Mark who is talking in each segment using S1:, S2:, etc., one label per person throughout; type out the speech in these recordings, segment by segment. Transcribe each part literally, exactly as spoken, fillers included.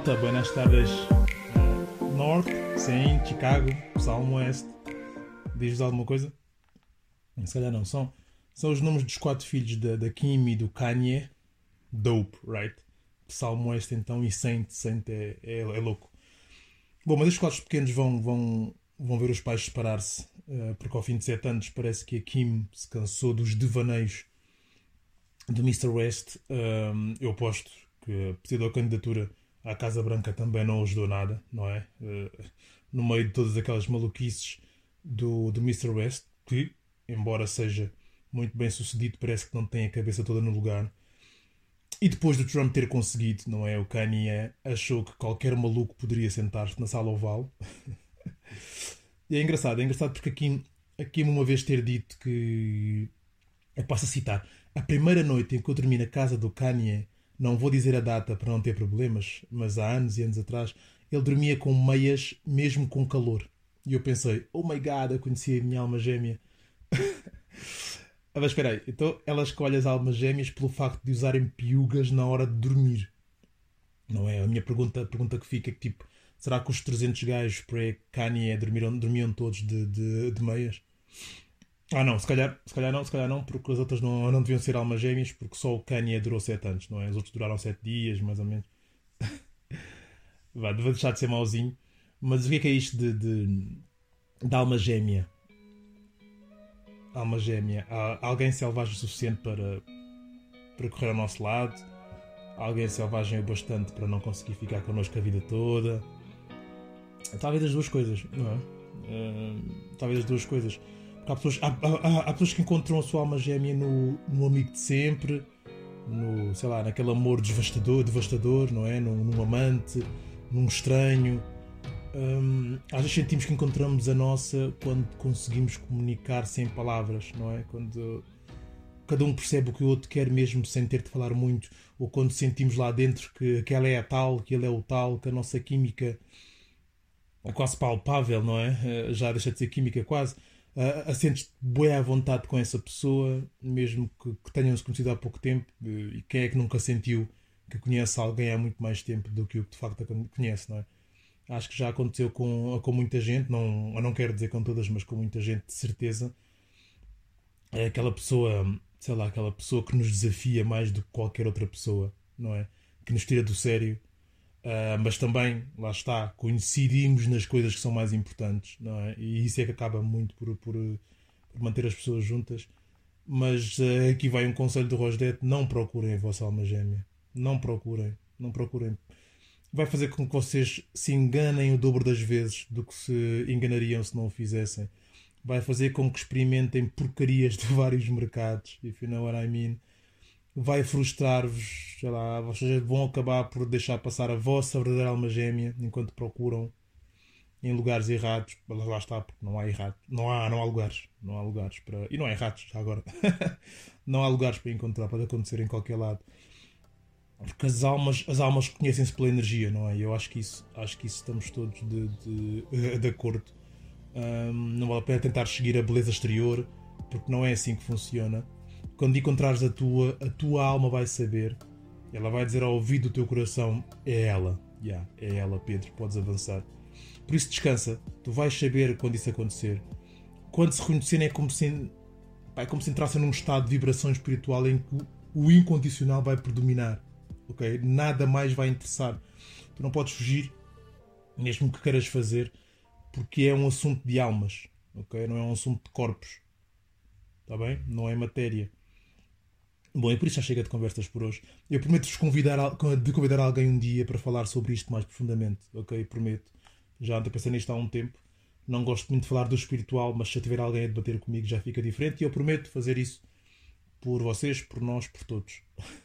S1: malta, buenas tardes. Uh, Norte, sim, Chicago, Salmo Oeste. Diz-vos alguma coisa? Se calhar não. São, são os nomes dos quatro filhos da, da Kim e do Kanye. Dope, right? Salmo Oeste então e Saint. Saint é, é, é louco. Bom, mas estes quatro pequenos vão, vão, vão ver os pais separar-se. Uh, porque ao fim de sete anos parece que a Kim se cansou dos devaneios do mister West. Um, eu aposto que a pseudo candidatura à Casa Branca também não ajudou nada, não é? Uh, no meio de todas aquelas maluquices do, do mister West, que, embora seja muito bem sucedido, parece que não tem a cabeça toda no lugar. E depois do Trump ter conseguido, não é? O Kanye achou que qualquer maluco poderia sentar-se na sala oval. E é engraçado, é engraçado porque a Kim, a Kim uma vez ter dito que... Eu passo a citar. A primeira noite em que eu dormi na casa do Kanye, não vou dizer a data para não ter problemas, mas há anos e anos atrás, ele dormia com meias mesmo com calor. E eu pensei, oh my god, eu conheci a minha alma gêmea. Mas espera aí, então ela escolhe as almas gêmeas pelo facto de usarem piugas na hora de dormir. Não é? A minha pergunta, a pergunta que fica é que tipo, será que os trezentos gajos para Kanye dormiram, dormiam todos de, de, de meias? Ah não, se calhar, se calhar não, se calhar não, porque as outras não, não deviam ser almas gêmeas, porque só o Kanye durou sete anos, não é? Os outros duraram sete dias, mais ou menos. Vá, vou deixar de ser mauzinho. Mas o que é que é isto de, de, de alma gêmea? Alma gêmea. Há alguém selvagem o suficiente para, para correr ao nosso lado? Alguém selvagem o bastante para não conseguir ficar connosco a vida toda? Talvez as duas coisas, não é? Uh, talvez as duas coisas. Há pessoas, há, há, há pessoas que encontram a sua alma gêmea no, no amigo de sempre, no, sei lá, naquele amor devastador, devastador, não é? Num, num amante, num estranho. Um, às vezes sentimos que encontramos a nossa quando conseguimos comunicar sem palavras, não é? Quando cada um percebe o que o outro quer mesmo sem ter de falar muito, ou quando sentimos lá dentro que aquela é a tal, que ele é o tal, que a nossa química é quase palpável, não é? Já deixa de ser química quase. Uh, a sentes-te bué à vontade com essa pessoa, mesmo que, que tenham-se conhecido há pouco tempo. E quem é que nunca sentiu que conhece alguém há muito mais tempo do que o que de facto conhece, não é? Acho que já aconteceu com, com muita gente, não, eu não quero dizer com todas, mas com muita gente, de certeza. É aquela pessoa, sei lá, aquela pessoa que nos desafia mais do que qualquer outra pessoa, não é? Que nos tira do sério. Uh, mas também, lá está, coincidimos nas coisas que são mais importantes, não é? E isso é que acaba muito por, por, por manter as pessoas juntas. Mas uh, aqui vai um conselho do Rosdete: não procurem a vossa alma gêmea. Não procurem, não procurem. Vai fazer com que vocês se enganem o dobro das vezes do que se enganariam se não o fizessem. Vai fazer com que experimentem porcarias de vários mercados, if you know what I mean. Vai frustrar-vos, sei lá, vocês vão acabar por deixar passar a vossa verdadeira alma gêmea enquanto procuram em lugares errados. Lá está, porque não há errado, não há, não há lugares, não há lugares para, e não há errados já agora. Não há lugares para encontrar, pode acontecer em qualquer lado. Porque as almas, as almas conhecem-se pela energia, não é? E eu acho que isso, acho que isso estamos todos de, de, de acordo. Um, não vale a pena tentar seguir a beleza exterior, porque não é assim que funciona. Quando encontrares a tua, a tua alma vai saber. Ela vai dizer ao ouvido do teu coração: é ela, yeah, é ela, Pedro, podes avançar. Por isso descansa, tu vais saber quando isso acontecer. Quando se reconhecerem é como se, é como se entrassem num estado de vibração espiritual em que o incondicional vai predominar, ok? Nada mais vai interessar. Tu não podes fugir, mesmo que queiras fazer, porque é um assunto de almas, ok? Não é um assunto de corpos, está bem? Não é matéria. Bom, e por isso já chega de conversas por hoje. Eu prometo-vos convidar, de convidar alguém um dia para falar sobre isto mais profundamente, ok? Prometo. Já ando a pensar nisto há um tempo. Não gosto muito de falar do espiritual, mas se tiver alguém a debater comigo já fica diferente, e eu prometo fazer isso por vocês, por nós, por todos.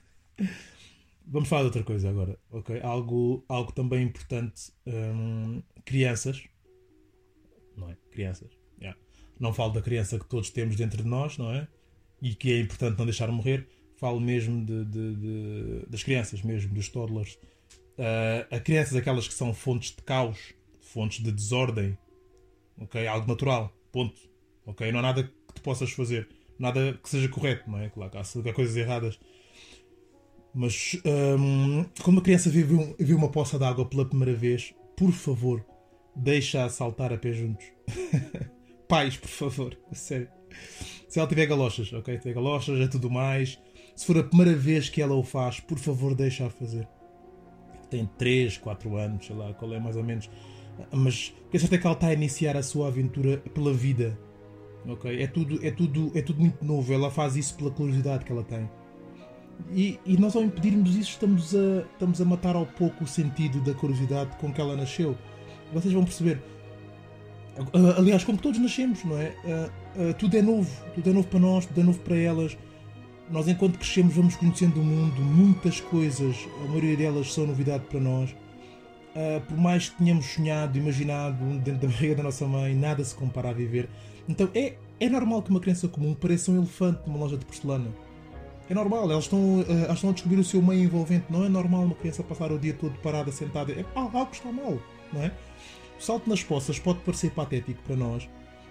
S1: Vamos falar de outra coisa agora, ok? Algo, algo também importante. Hum, crianças. Não é? Crianças. Yeah. Não falo da criança que todos temos dentro de nós, não é? E que é importante não deixar morrer. Falo mesmo de, de, de, das crianças mesmo, dos toddlers. Uh, a crianças, aquelas que são fontes de caos, fontes de desordem, ok? Algo natural, ponto, ok? Não há nada que tu possas fazer, nada que seja correto, não é? Claro que há, há coisas erradas, Mas hum, quando uma criança vê, um, vê uma poça de água pela primeira vez, por favor, deixa-a saltar a pé juntos. Pais, por favor, a sério. Se ela tiver galochas, ok? Tiver galochas e tudo mais. Se for a primeira vez que ela o faz, por favor, deixa-a fazer. Tem três, quatro anos, sei lá, qual é mais ou menos. Mas o que é certo é que ela está a iniciar a sua aventura pela vida. Ok? É tudo, é tudo, é tudo muito novo. Ela faz isso pela curiosidade que ela tem. E, e nós, ao impedirmos isso, estamos a, estamos a matar ao pouco o sentido da curiosidade com que ela nasceu. Vocês vão perceber. Aliás, como todos nascemos, não é? Uh, uh, tudo é novo. Tudo é novo para nós, tudo é novo para elas. Nós, enquanto crescemos, vamos conhecendo o mundo. Muitas coisas, a maioria delas são novidade para nós. Uh, por mais que tenhamos sonhado, imaginado dentro da barriga da nossa mãe, nada se compara a viver. Então é, é normal que uma criança comum pareça um elefante numa loja de porcelana. É normal, elas estão, uh, elas estão a descobrir o seu meio envolvente. Não é normal uma criança passar o dia todo parada, sentada. É, ah, algo está mal, não é? O salto nas poças pode parecer patético para nós.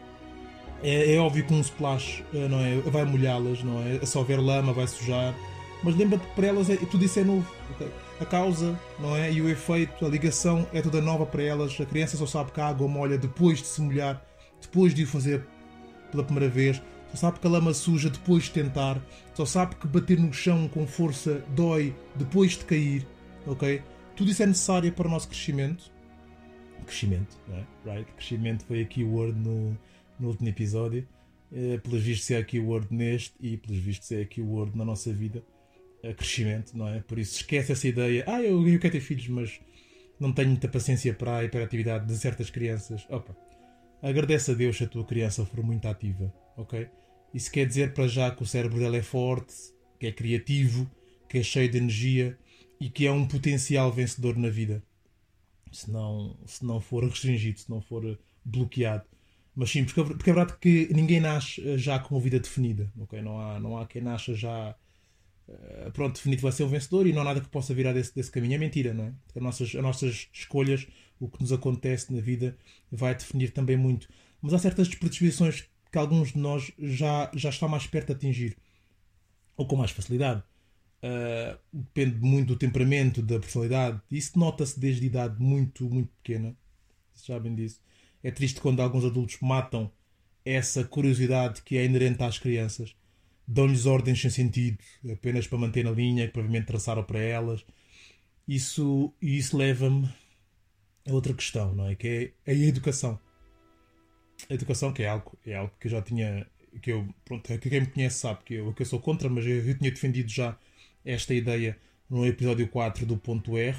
S1: É, é óbvio que um splash, não é, vai molhá-las, não é? Se houver lama vai sujar. Mas lembra-te que para elas é, tudo isso é novo. Okay? A causa, não é? E o efeito, a ligação é toda nova para elas. A criança só sabe que a água molha depois de se molhar, depois de o fazer pela primeira vez. Só sabe que a lama suja depois de tentar. Só sabe que bater no chão com força dói depois de cair. Okay? Tudo isso é necessário para o nosso crescimento. Crescimento, não é? Right? Crescimento foi a keyword no, no último episódio. Uh, pelos vistos é a keyword neste e pelos vistos é a keyword na nossa vida. Uh, crescimento, não é? Por isso esquece essa ideia. Ah, eu, eu quero ter filhos, mas não tenho muita paciência para a hiperatividade de certas crianças. Opa, agradece a Deus se a tua criança for muito ativa, ok? Isso quer dizer para já que o cérebro dela é forte, que é criativo, que é cheio de energia e que é um potencial vencedor na vida. Se não, se não for restringido, se não for bloqueado. Mas sim, porque, porque é verdade que ninguém nasce já com a vida definida. Okay? Não, há, não há quem nasça já uh, pronto, definido vai ser um vencedor e não há nada que possa virar desse, desse caminho. É mentira, não é? As nossas, as nossas escolhas, o que nos acontece na vida, vai definir também muito. Mas há certas predisposições que alguns de nós já, já está mais perto de atingir. Ou com mais facilidade. Uh, depende muito do temperamento, da personalidade. Isso nota-se desde idade muito, muito pequena. Vocês sabem disso. É triste quando alguns adultos matam essa curiosidade que é inerente às crianças. Dão-lhes ordens sem sentido, apenas para manter na linha, que provavelmente traçaram para elas. Isso, isso leva-me a outra questão, não é? Que é a educação. A educação, que é algo, é algo que eu já tinha... Que eu, pronto, que quem me conhece sabe que eu, que eu sou contra, mas eu, eu tinha defendido já esta ideia no episódio quatro do ponto R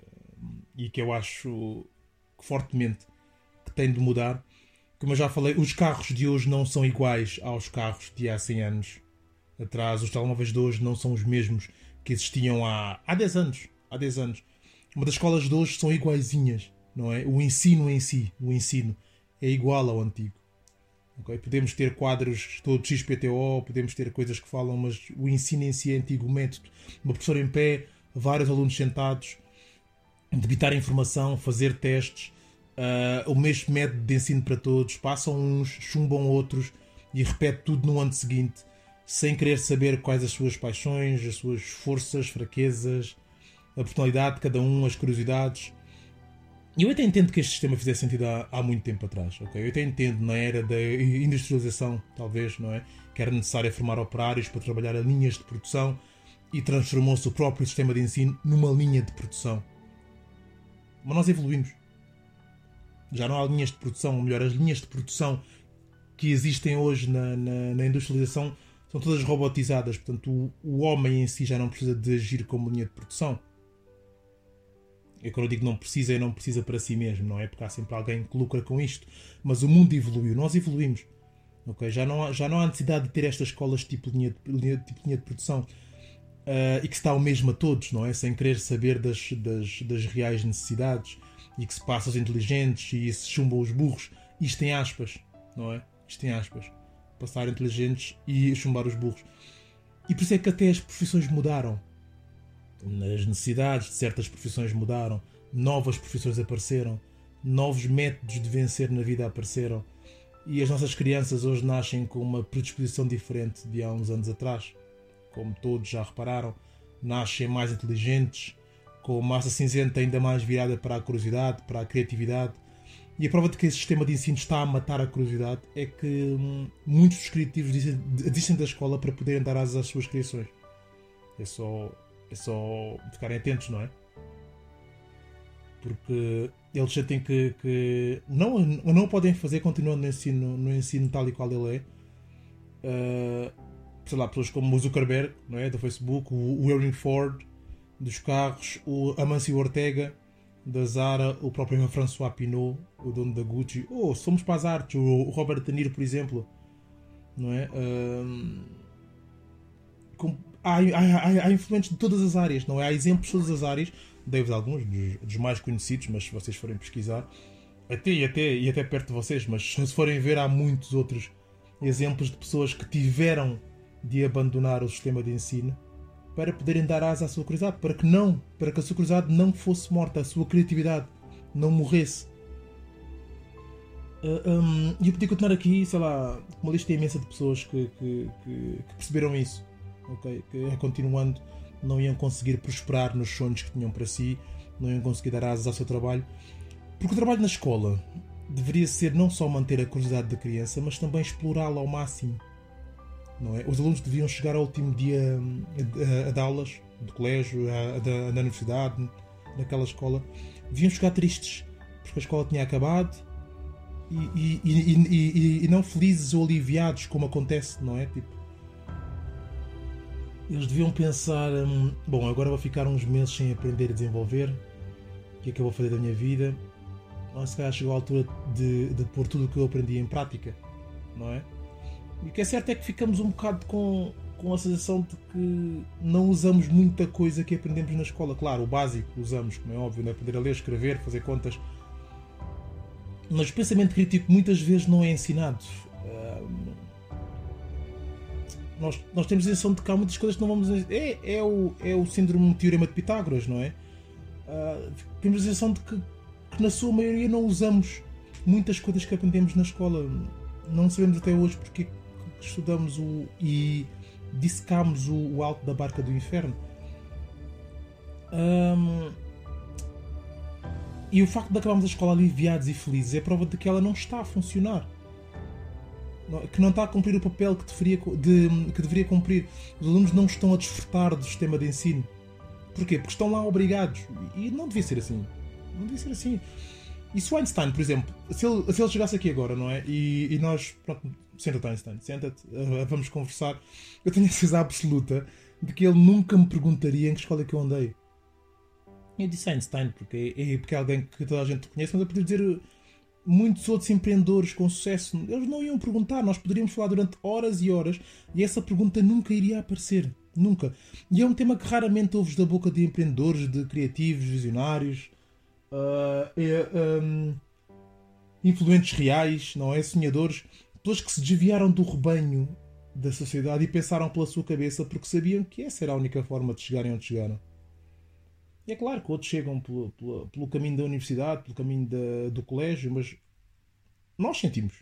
S1: e que eu acho que fortemente que tem de mudar. Como eu já falei, os carros de hoje não são iguais aos carros de há cem anos atrás. Os telemóveis de hoje não são os mesmos que existiam há, há dez anos. Há dez anos. Uma das escolas de hoje são iguaizinhas, não é? O ensino em si, o ensino é igual ao antigo. Okay? Podemos ter quadros todos X P T O, podemos ter coisas que falam, mas o ensino em si é antigo, o método. Uma professora em pé, vários alunos sentados, debitar informação, fazer testes, uh, o mesmo método de ensino para todos, passam uns, chumbam outros e repete tudo no ano seguinte, sem querer saber quais as suas paixões, as suas forças, fraquezas, a personalidade de cada um, as curiosidades. E eu até entendo que este sistema fizesse sentido há, há muito tempo atrás, ok? Eu até entendo na era da industrialização, talvez, não é? Que era necessário formar operários para trabalhar a linhas de produção e transformou-se o próprio sistema de ensino numa linha de produção. Mas nós evoluímos. Já não há linhas de produção, ou melhor, as linhas de produção que existem hoje na, na, na industrialização são todas robotizadas, portanto o, o homem em si já não precisa de agir como linha de produção. É quando eu digo não precisa, é não precisa para si mesmo, não é? Porque há sempre alguém que lucra com isto. Mas o mundo evoluiu, nós evoluímos. Okay? Já, não há, já não há necessidade de ter estas escolas tipo linha de, linha, tipo linha de produção uh, e que se está o mesmo a todos, não é? Sem querer saber das, das, das reais necessidades e que se passa os inteligentes e se chumbam os burros. Isto tem aspas, não é? Isto tem aspas. Passar inteligentes e chumbar os burros. E por isso é que até as profissões mudaram. As necessidades de certas profissões mudaram, novas profissões apareceram, novos métodos de vencer na vida apareceram e as nossas crianças hoje nascem com uma predisposição diferente de há uns anos atrás, como todos já repararam. nascem mais inteligentes, com massa cinzenta ainda mais virada para a curiosidade, para a criatividade. E a prova de que esse sistema de ensino está a matar a curiosidade é que hum, muitos dos criativos desistem da escola para poderem dar asas às suas criações. É só, é só ficarem atentos, não é? Porque eles sentem que, que não, não podem fazer continuando no ensino, no ensino tal e qual ele é. Uh, sei lá, pessoas como o Zuckerberg, não é? Do Facebook, o, o Henry Ford dos carros, o Amancio Ortega da Zara, o próprio François Pinault, o dono da Gucci, ou oh, somos para as artes, o Robert De Niro, por exemplo, não é? Um, com, há, há, há influentes de todas as áreas, não é? Há exemplos de todas as áreas, dei-vos alguns dos, dos mais conhecidos, mas se vocês forem pesquisar, até e até, e até perto de vocês, mas se forem ver, há muitos outros exemplos de pessoas que tiveram de abandonar o sistema de ensino para poderem dar asa à sua curiosidade, para que não, para que a sua curiosidade não fosse morta, a sua criatividade não morresse. Uh, um, e eu podia continuar aqui, sei lá, uma lista imensa de pessoas que, que, que, que perceberam isso, okay? Que continuando não iam conseguir prosperar nos sonhos que tinham para si, não iam conseguir dar asas ao seu trabalho, porque o trabalho na escola deveria ser não só manter a curiosidade da criança, mas também explorá-la ao máximo. Não é? Os alunos deviam chegar ao último dia a, a, a de aulas, do colégio, a, a, da, na universidade, naquela escola, deviam chegar tristes, porque a escola tinha acabado e, e, e, e, e não felizes ou aliviados, como acontece, não é? Tipo, eles deviam pensar, hum, bom, agora vou ficar uns meses sem aprender a desenvolver, o que é que eu vou fazer da minha vida? Ou se calhar chegou a altura de, de pôr tudo o que eu aprendi em prática, não é? E o que é certo é que ficamos um bocado com, com a sensação de que não usamos muita coisa que aprendemos na escola. Claro, o básico usamos, como é óbvio, né? Aprender a ler, escrever, fazer contas. Mas o pensamento crítico muitas vezes não é ensinado. Uh, nós, nós temos a sensação de que há muitas coisas que não vamos... É, é, o, é o síndrome do teorema de Pitágoras, não é? Uh, temos a sensação de que, que na sua maioria não usamos muitas coisas que aprendemos na escola. Não sabemos até hoje porque estudamos o, e dissecámos o, o alto da barca do inferno. Um, e o facto de acabarmos a escola aliviados e felizes é prova de que ela não está a funcionar. Que não está a cumprir o papel que deveria, de, que deveria cumprir. Os alunos não estão a desfrutar do sistema de ensino. Porquê? Porque estão lá obrigados. E não devia ser assim. Não devia ser assim. E se o Einstein, por exemplo, se ele, se ele chegasse aqui agora, não é? E, e nós, pronto, senta-te Einstein, senta-te, uh, vamos conversar. Eu tenho a certeza absoluta de que ele nunca me perguntaria em que escola é que eu andei. Eu disse Einstein porque é, porque é alguém que toda a gente conhece, mas eu podia dizer muitos outros empreendedores com sucesso. Eles não iam perguntar, nós poderíamos falar durante horas e horas e essa pergunta nunca iria aparecer. Nunca. E é um tema que raramente ouves da boca de empreendedores, de criativos, visionários... Uh, é, um, influentes reais, não é? Sonhadores, pessoas que se desviaram do rebanho da sociedade e pensaram pela sua cabeça porque sabiam que essa era a única forma de chegarem onde chegaram. E é claro que outros chegam pelo, pelo, pelo caminho da universidade, pelo caminho da, do colégio, mas nós sentimos,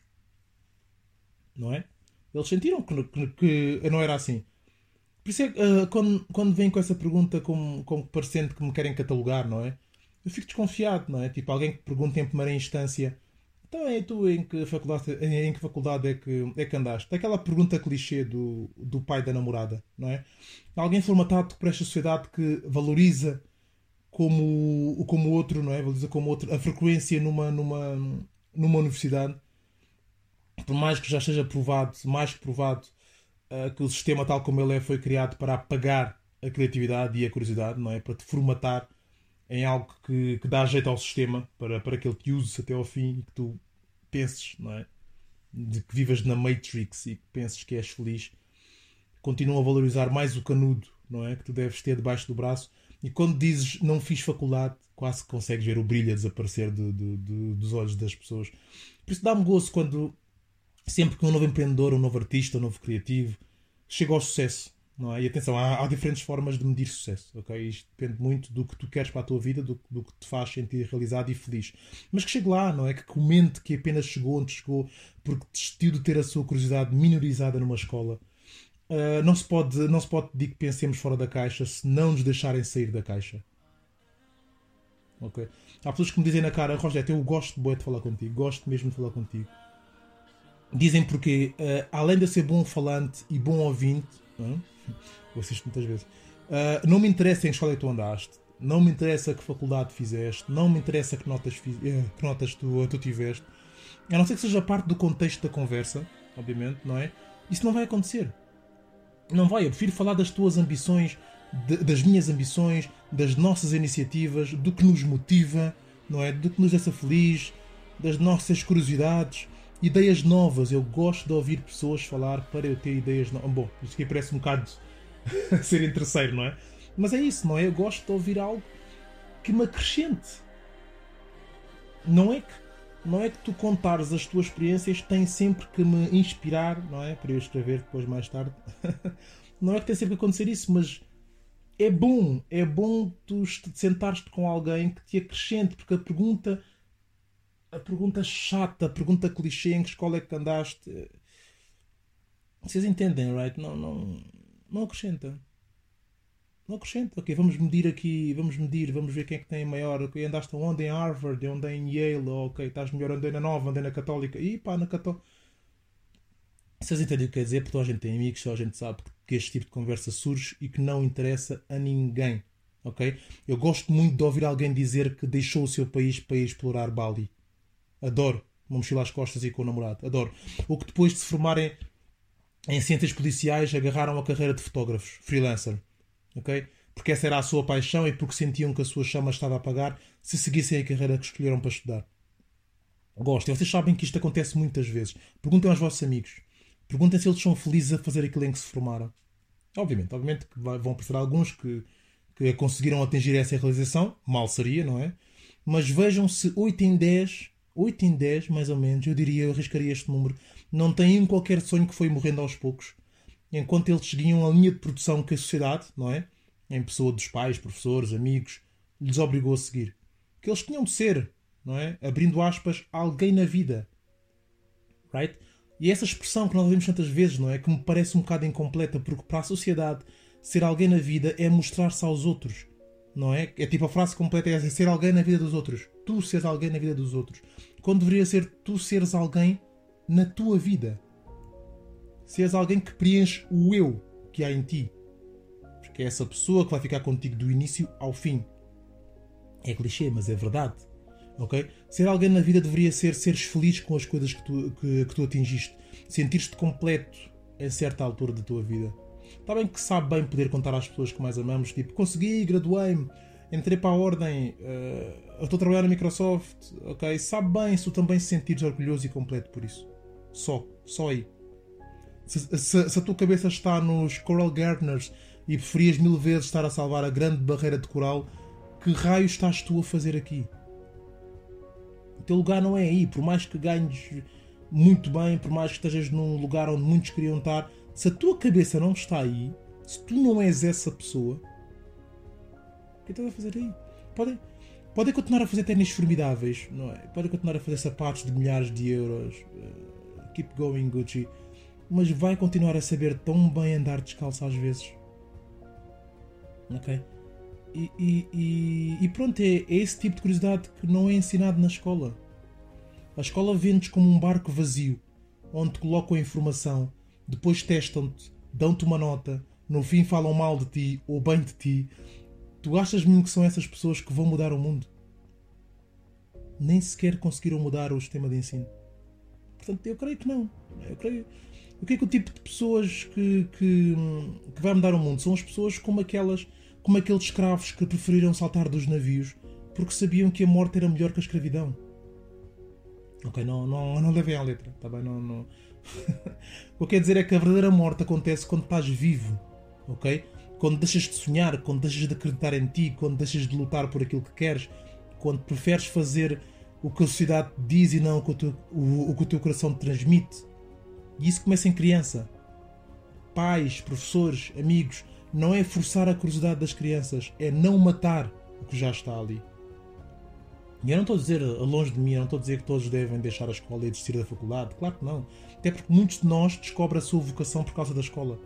S1: não é? Eles sentiram que, que, que não era assim. Por isso é que uh, quando, quando vêm com essa pergunta como, como parecendo que me querem catalogar, não é? Eu fico desconfiado, não é? Tipo, alguém que pergunta em primeira instância, então é tu em que faculdade, em que faculdade é, que, é que andaste? Aquela pergunta clichê do, do pai da namorada, não é? Alguém formatado por esta sociedade que valoriza como, como outro, não é? Valoriza como outro a frequência numa, numa, numa universidade, por mais que já esteja provado, mais que provado, uh, que o sistema tal como ele é foi criado para apagar a criatividade e a curiosidade, não é? Para te formatar em algo que, que dá jeito ao sistema para, para que ele te use até ao fim e que tu penses, não é? De que vivas na Matrix e que penses que és feliz. Continuam a valorizar mais o canudo, não é? Que tu deves ter debaixo do braço. E quando dizes não fiz faculdade, quase que consegues ver o brilho a desaparecer de, de, de, dos olhos das pessoas. Por isso dá-me gozo quando sempre que um novo empreendedor, um novo artista, um novo criativo chega ao sucesso. Não é? E atenção, há, há diferentes formas de medir sucesso, okay? Isto depende muito do que tu queres para a tua vida, do, do que te faz sentir realizado e feliz. Mas que chegue lá, não é? Que comente que apenas chegou onde chegou porque desistiu de ter a sua curiosidade minorizada numa escola. Uh, não se pode, não se pode pedir que pensemos fora da caixa se não nos deixarem sair da caixa. Okay? Há pessoas que me dizem na cara, Rogério, eu gosto bué de falar contigo, gosto mesmo de falar contigo. Dizem porque, uh, além de eu ser bom falante e bom ouvinte, uh, eu assisto muitas vezes, uh, não me interessa em que escola tu andaste, não me interessa que faculdade fizeste, não me interessa que notas, fiz, uh, que notas tu, tu tiveste, a não ser que seja parte do contexto da conversa, obviamente, não é? Isso não vai acontecer. Não vai, eu prefiro falar das tuas ambições, de, das minhas ambições, das nossas iniciativas, do que nos motiva, não é? Do que nos deixa feliz, das nossas curiosidades, ideias novas. Eu gosto de ouvir pessoas falar para eu ter ideias novas. Bom, isto aqui parece um bocado ser interesseiro, não é? Mas é isso, não é? Eu gosto de ouvir algo que me acrescente. Não é que Não é que tu contares as tuas experiências tem sempre que me inspirar, não é? Para eu escrever depois mais tarde. Não é que tem sempre que acontecer isso, mas é bom. É bom tu sentares-te com alguém que te acrescente, porque a pergunta, a pergunta chata, a pergunta clichê, em que escola é que andaste, vocês entendem, right? Não, não, não acrescenta. Não acrescenta, ok, vamos medir aqui, vamos medir, vamos ver quem é que tem a maior, ok, andaste onde em Harvard, onde em Yale, ok, estás melhor, andei na Nova, andei na Católica, e pá, na Católica. Vocês entendem o que quer dizer? Porque toda a gente tem amigos, toda a gente sabe que este tipo de conversa surge e que não interessa a ninguém, ok? Eu gosto muito de ouvir alguém dizer que deixou o seu país para ir explorar Bali. Adoro, uma mochila às costas e com o namorado, adoro. Ou que depois de se formarem em ciências policiais agarraram a carreira de fotógrafos, freelancer. Okay? Porque essa era a sua paixão e porque sentiam que a sua chama estava a apagar se seguissem a carreira que escolheram para estudar. Gosto. E vocês sabem que isto acontece muitas vezes. Perguntem aos vossos amigos. Perguntem se eles são felizes a fazer aquilo em que se formaram. Obviamente, obviamente que vão aparecer alguns que, que conseguiram atingir essa realização. Mal seria, não é? Mas vejam se oito em dez, oito em dez mais ou menos, eu diria, eu arriscaria este número, não têm qualquer sonho que foi morrendo aos poucos. Enquanto eles seguiam a linha de produção que a sociedade, não é? Em pessoa dos pais, professores, amigos, lhes obrigou a seguir. Que eles tinham de ser, não é? Abrindo aspas, alguém na vida. Right? E essa expressão que nós ouvimos tantas vezes, não é? Que me parece um bocado incompleta, porque para a sociedade ser alguém na vida é mostrar-se aos outros. Não é? É tipo a frase completa é ser alguém na vida dos outros. Tu seres alguém na vida dos outros. Quando deveria ser tu seres alguém na tua vida. Seres alguém que preenche o eu que há em ti. Porque é essa pessoa que vai ficar contigo do início ao fim. É clichê, mas é verdade. Okay? Ser alguém na vida deveria ser seres feliz com as coisas que tu, que, que tu atingiste. Sentir-te completo em certa altura da tua vida. Está bem que sabe bem poder contar às pessoas que mais amamos. Tipo, consegui, graduei-me, entrei para a ordem, uh, eu estou a trabalhar na Microsoft. Okay? Sabe bem se tu também se sentires orgulhoso e completo por isso. Só. Só aí. Se, se, se a tua cabeça está nos Coral Gardeners e preferias mil vezes estar a salvar a grande barreira de coral, que raio estás tu a fazer aqui? O teu lugar não é aí. Por mais que ganhes muito bem, por mais que estejas num lugar onde muitos queriam estar, se a tua cabeça não está aí, se tu não és essa pessoa, o que estás a fazer aí? Podem, podem continuar a fazer ténis formidáveis, não é? Podem continuar a fazer sapatos de milhares de euros, uh, keep going Gucci, mas vai continuar a saber tão bem andar descalço às vezes. Ok? E, e, e, e pronto, é, é esse tipo de curiosidade que não é ensinado na escola. A escola vende-te como um barco vazio, onde te colocam a informação, depois testam-te, dão-te uma nota, no fim falam mal de ti ou bem de ti. Tu achas mesmo que são essas pessoas que vão mudar o mundo? Nem sequer conseguiram mudar o sistema de ensino. Portanto, eu creio que não. Eu creio... O que é que o tipo de pessoas que, que, que vai mudar o mundo? São as pessoas como aquelas, como aqueles escravos que preferiram saltar dos navios porque sabiam que a morte era melhor que a escravidão. Ok, não, não, não levem à letra, tá bem? Não, não. O que eu quero dizer é que a verdadeira morte acontece quando estás vivo, ok? Quando deixas de sonhar, quando deixas de acreditar em ti, quando deixas de lutar por aquilo que queres, quando preferes fazer o que a sociedade diz e não o que o teu, o, o que o teu coração te transmite. E isso começa em criança. Pais, professores, amigos, não é forçar a curiosidade das crianças, é não matar o que já está ali. E eu não estou a dizer, longe de mim, eu não estou a dizer que todos devem deixar a escola e desistir da faculdade. Claro que não. Até porque muitos de nós descobrem a sua vocação por causa da escola.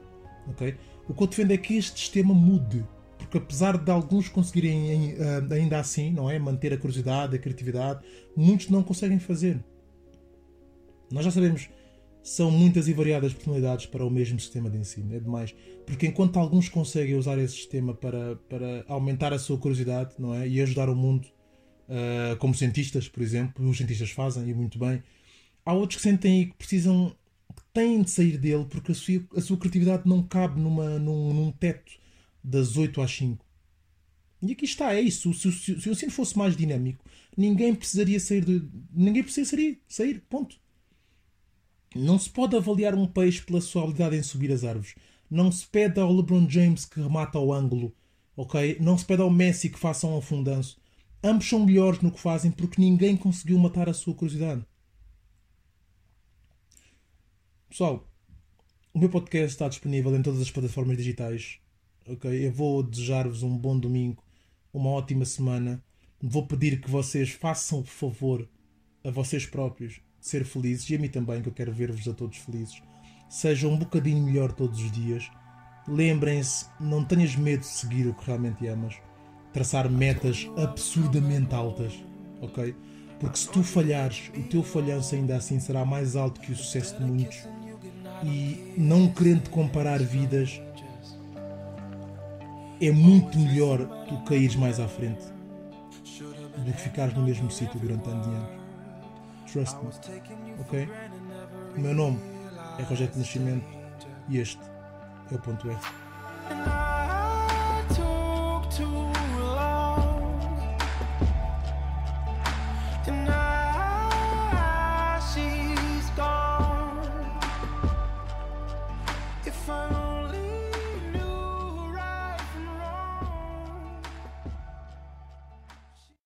S1: Okay? O que eu defendo é que este sistema mude, porque apesar de alguns conseguirem uh, ainda assim, não é, manter a curiosidade, a criatividade, muitos não conseguem fazer. Nós já sabemos, são muitas e variadas personalidades para o mesmo sistema de ensino, é demais. Porque enquanto alguns conseguem usar esse sistema para, para aumentar a sua curiosidade, não é, e ajudar o mundo, uh, como cientistas, por exemplo, os cientistas fazem, e muito bem, há outros que sentem que precisam, que têm de sair dele, porque a sua, a sua criatividade não cabe numa, num, num teto das oito às cinco. E aqui está, é isso. Se, se, se o ensino fosse mais dinâmico, ninguém precisaria sair de, ninguém precisaria sair, ponto. Não se pode avaliar um peixe pela sua habilidade em subir as árvores. Não se pede ao LeBron James que remata ao ângulo, ok? Não se pede ao Messi que faça um afundanço. Ambos são melhores no que fazem porque ninguém conseguiu matar a sua curiosidade. Pessoal, o meu podcast está disponível em todas as plataformas digitais. Okay? Eu vou desejar-vos um bom domingo, uma ótima semana. Vou pedir que vocês façam por favor a vocês próprios ser felizes, e a mim também, que eu quero ver-vos a todos felizes. Sejam um bocadinho melhor todos os dias. Lembrem-se, não tenhas medo de seguir o que realmente amas. Traçar metas absurdamente altas, ok? Porque se tu falhares, o teu falhanço ainda assim será mais alto que o sucesso de muitos. E não querendo comparar vidas, é muito melhor tu caíres mais à frente do que ficares no mesmo sítio durante anos e anos. Trust me, ok? O meu nome é Rogério de Nascimento e este é o Ponto F.